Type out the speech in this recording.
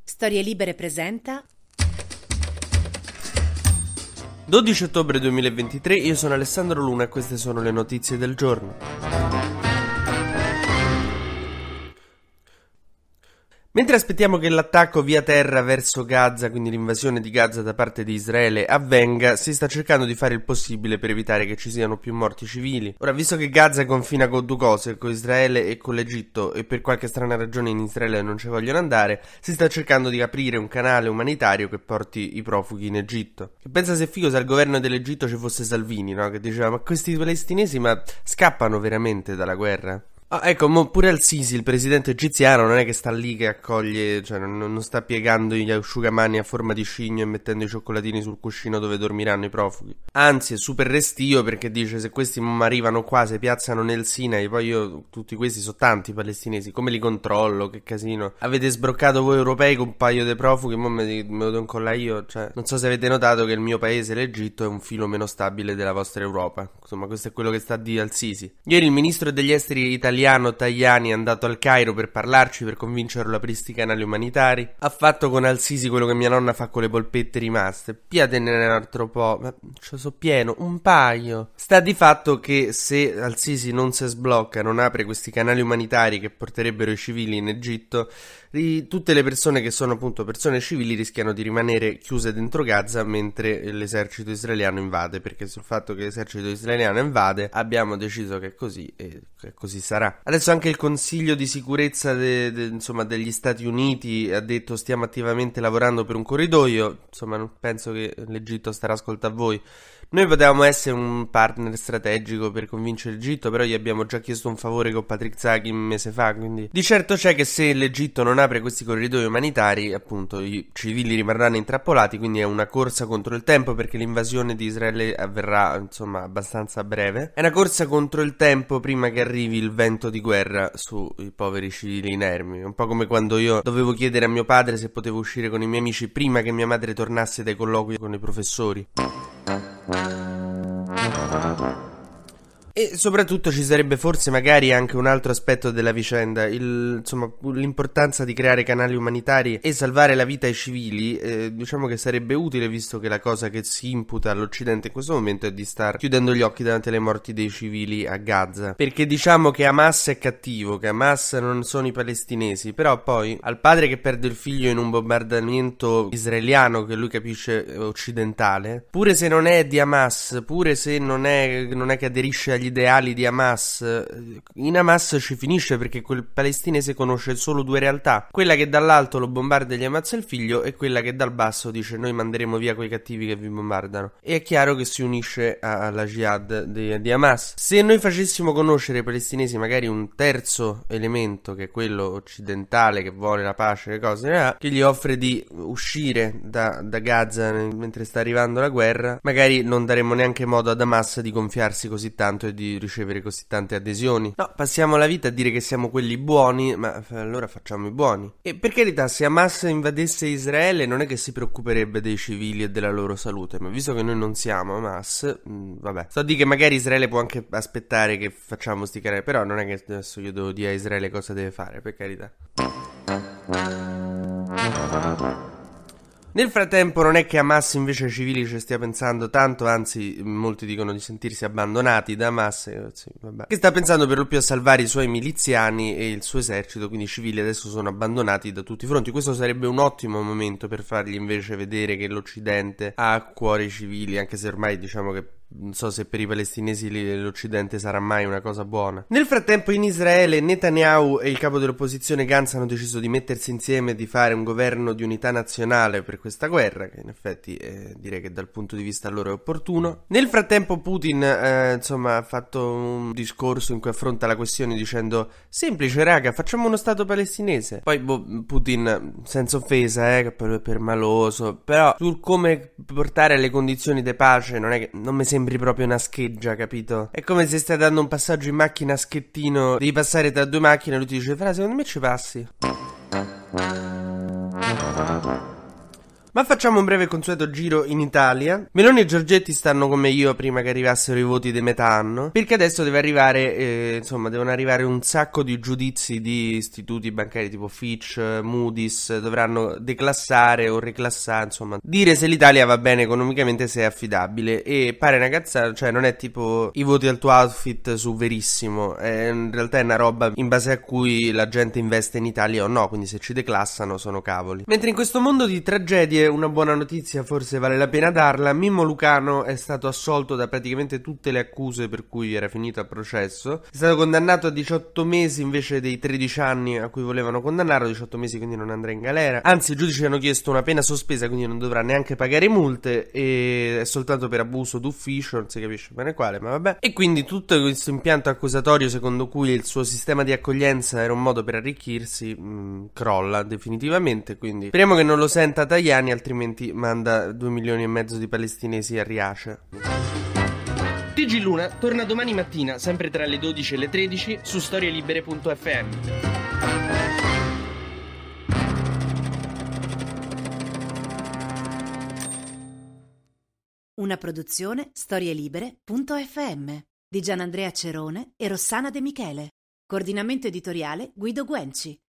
Storie Libere presenta 12 ottobre 2023, io sono Alessandro Luna e queste sono le notizie del giorno. Mentre aspettiamo che l'attacco via terra verso Gaza, quindi l'invasione di Gaza da parte di Israele, avvenga, si sta cercando di fare il possibile per evitare che ci siano più morti civili. Ora, visto che Gaza confina con due cose, con Israele e con l'Egitto, e per qualche strana ragione in Israele non ci vogliono andare, si sta cercando di aprire un canale umanitario che porti i profughi in Egitto. E pensa se figo se al governo dell'Egitto ci fosse Salvini, no? Che diceva, ma questi palestinesi scappano veramente dalla guerra? Ecco, pure al-Sisi, il presidente egiziano, non è che sta lì che accoglie, cioè non sta piegando gli asciugamani a forma di cigno e mettendo i cioccolatini sul cuscino dove dormiranno i profughi. Anzi, è super restio perché dice, se questi arrivano qua, se piazzano nel Sinai, poi tutti questi sono tanti palestinesi, come li controllo, che casino. Avete sbroccato voi europei con un paio di profughi, mo me lo do incollare io, cioè, non so se avete notato che il mio paese, l'Egitto, è un filo meno stabile della vostra Europa. Insomma, questo è quello che sta a dire al-Sisi. Ieri il ministro degli esteri italiano Tajani è andato al Cairo per parlarci, per convincerlo a aprire sti canali umanitari. Ha fatto con al-Sisi quello che mia nonna fa con le polpette rimaste. Piatene un altro po', ma ce so pieno, un paio. Sta di fatto che se al-Sisi non si sblocca, non apre questi canali umanitari che porterebbero i civili in Egitto, tutte le persone che sono appunto persone civili rischiano di rimanere chiuse dentro Gaza mentre l'esercito israeliano invade, perché sul fatto che l'esercito israeliano invade abbiamo deciso che è così e che così sarà. Adesso anche il Consiglio di sicurezza degli Stati Uniti ha detto stiamo attivamente lavorando per un corridoio, insomma non penso che l'Egitto starà ascolta a voi. Noi potevamo essere un partner strategico per convincere l'Egitto, però gli abbiamo già chiesto un favore con Patrick Zaki un mese fa, quindi di certo c'è che se l'Egitto non apre questi corridoi umanitari, appunto i civili rimarranno intrappolati, quindi è una corsa contro il tempo perché l'invasione di Israele avverrà insomma abbastanza breve. È una corsa contro il tempo prima che arrivi il vento di guerra sui poveri civili inermi, un po' come quando io dovevo chiedere a mio padre se potevo uscire con i miei amici prima che mia madre tornasse dai colloqui con i professori. E soprattutto ci sarebbe forse magari anche un altro aspetto della vicenda, l'importanza di creare canali umanitari e salvare la vita ai civili, diciamo che sarebbe utile visto che la cosa che si imputa all'Occidente in questo momento è di star chiudendo gli occhi davanti alle morti dei civili a Gaza, perché diciamo che Hamas è cattivo, che Hamas non sono i palestinesi, però poi al padre che perde il figlio in un bombardamento israeliano che lui capisce occidentale, pure se non è di Hamas, pure se non è che aderisce agli ideali di Hamas, in Hamas ci finisce perché quel palestinese conosce solo due realtà, quella che dall'alto lo bombarda e gli ammazza il figlio e quella che dal basso dice noi manderemo via quei cattivi che vi bombardano, e è chiaro che si unisce alla jihad di Hamas. Se noi facessimo conoscere ai palestinesi magari un terzo elemento che è quello occidentale che vuole la pace, le cose che gli offre di uscire da Gaza mentre sta arrivando la guerra, magari non daremmo neanche modo ad Hamas di gonfiarsi così tanto e di ricevere così tante adesioni. No, passiamo la vita a dire che siamo quelli buoni, ma allora facciamo i buoni. E per carità, se Hamas invadesse Israele non è che si preoccuperebbe dei civili e della loro salute, ma visto che noi non siamo Hamas, vabbè. Sto a dire che magari Israele può anche aspettare che facciamo sti canali, però non è che adesso io devo dire a Israele cosa deve fare, per carità. Nel frattempo non è che Hamas invece ai civili ci stia pensando tanto, anzi molti dicono di sentirsi abbandonati da Hamas, che sta pensando per lo più a salvare i suoi miliziani e il suo esercito, quindi i civili adesso sono abbandonati da tutti i fronti. Questo sarebbe un ottimo momento per fargli invece vedere che l'Occidente ha a cuore i civili, anche se ormai diciamo che non so se per i palestinesi l'Occidente sarà mai una cosa buona. Nel frattempo in Israele Netanyahu e il capo dell'opposizione Gantz hanno deciso di mettersi insieme e di fare un governo di unità nazionale per questa guerra, che in effetti direi che dal punto di vista loro è opportuno. Nel frattempo Putin ha fatto un discorso in cui affronta la questione dicendo semplice raga, facciamo uno stato palestinese. Poi Putin, senza offesa per maloso, però sul come portare le condizioni di pace non è che non mi sembri proprio una scheggia, capito? È come se stai dando un passaggio in macchina a Schettino, devi passare tra due macchine e lui ti dice fra secondo me ci passi. Ma facciamo un breve e consueto giro in Italia. Meloni e Giorgetti stanno come io prima che arrivassero i voti di metà anno, perché adesso deve arrivare, devono arrivare un sacco di giudizi di istituti bancari tipo Fitch, Moody's, dovranno declassare o reclassare, insomma, dire se l'Italia va bene economicamente, se è affidabile. E pare una cazzata, cioè non è tipo i voti al tuo outfit su Verissimo, in realtà è una roba in base a cui la gente investe in Italia o no, quindi se ci declassano sono cavoli. Mentre in questo mondo di tragedie una buona notizia forse vale la pena darla. Mimmo Lucano è stato assolto da praticamente tutte le accuse per cui era finito a processo, è stato condannato a 18 mesi invece dei 13 anni a cui volevano condannarlo, 18 mesi quindi non andrà in galera, anzi i giudici hanno chiesto una pena sospesa, quindi non dovrà neanche pagare multe, e è soltanto per abuso d'ufficio, non si capisce bene quale, ma vabbè. E quindi tutto questo impianto accusatorio secondo cui il suo sistema di accoglienza era un modo per arricchirsi crolla definitivamente, quindi speriamo che non lo senta Tajani, altrimenti manda 2 milioni e mezzo di palestinesi a Riace. TG Luna torna domani mattina, sempre tra le 12 e le 13, su storielibere.fm. Una produzione storielibere.fm di Gianandrea Cerone e Rossana De Michele. Coordinamento editoriale Guido Guenci.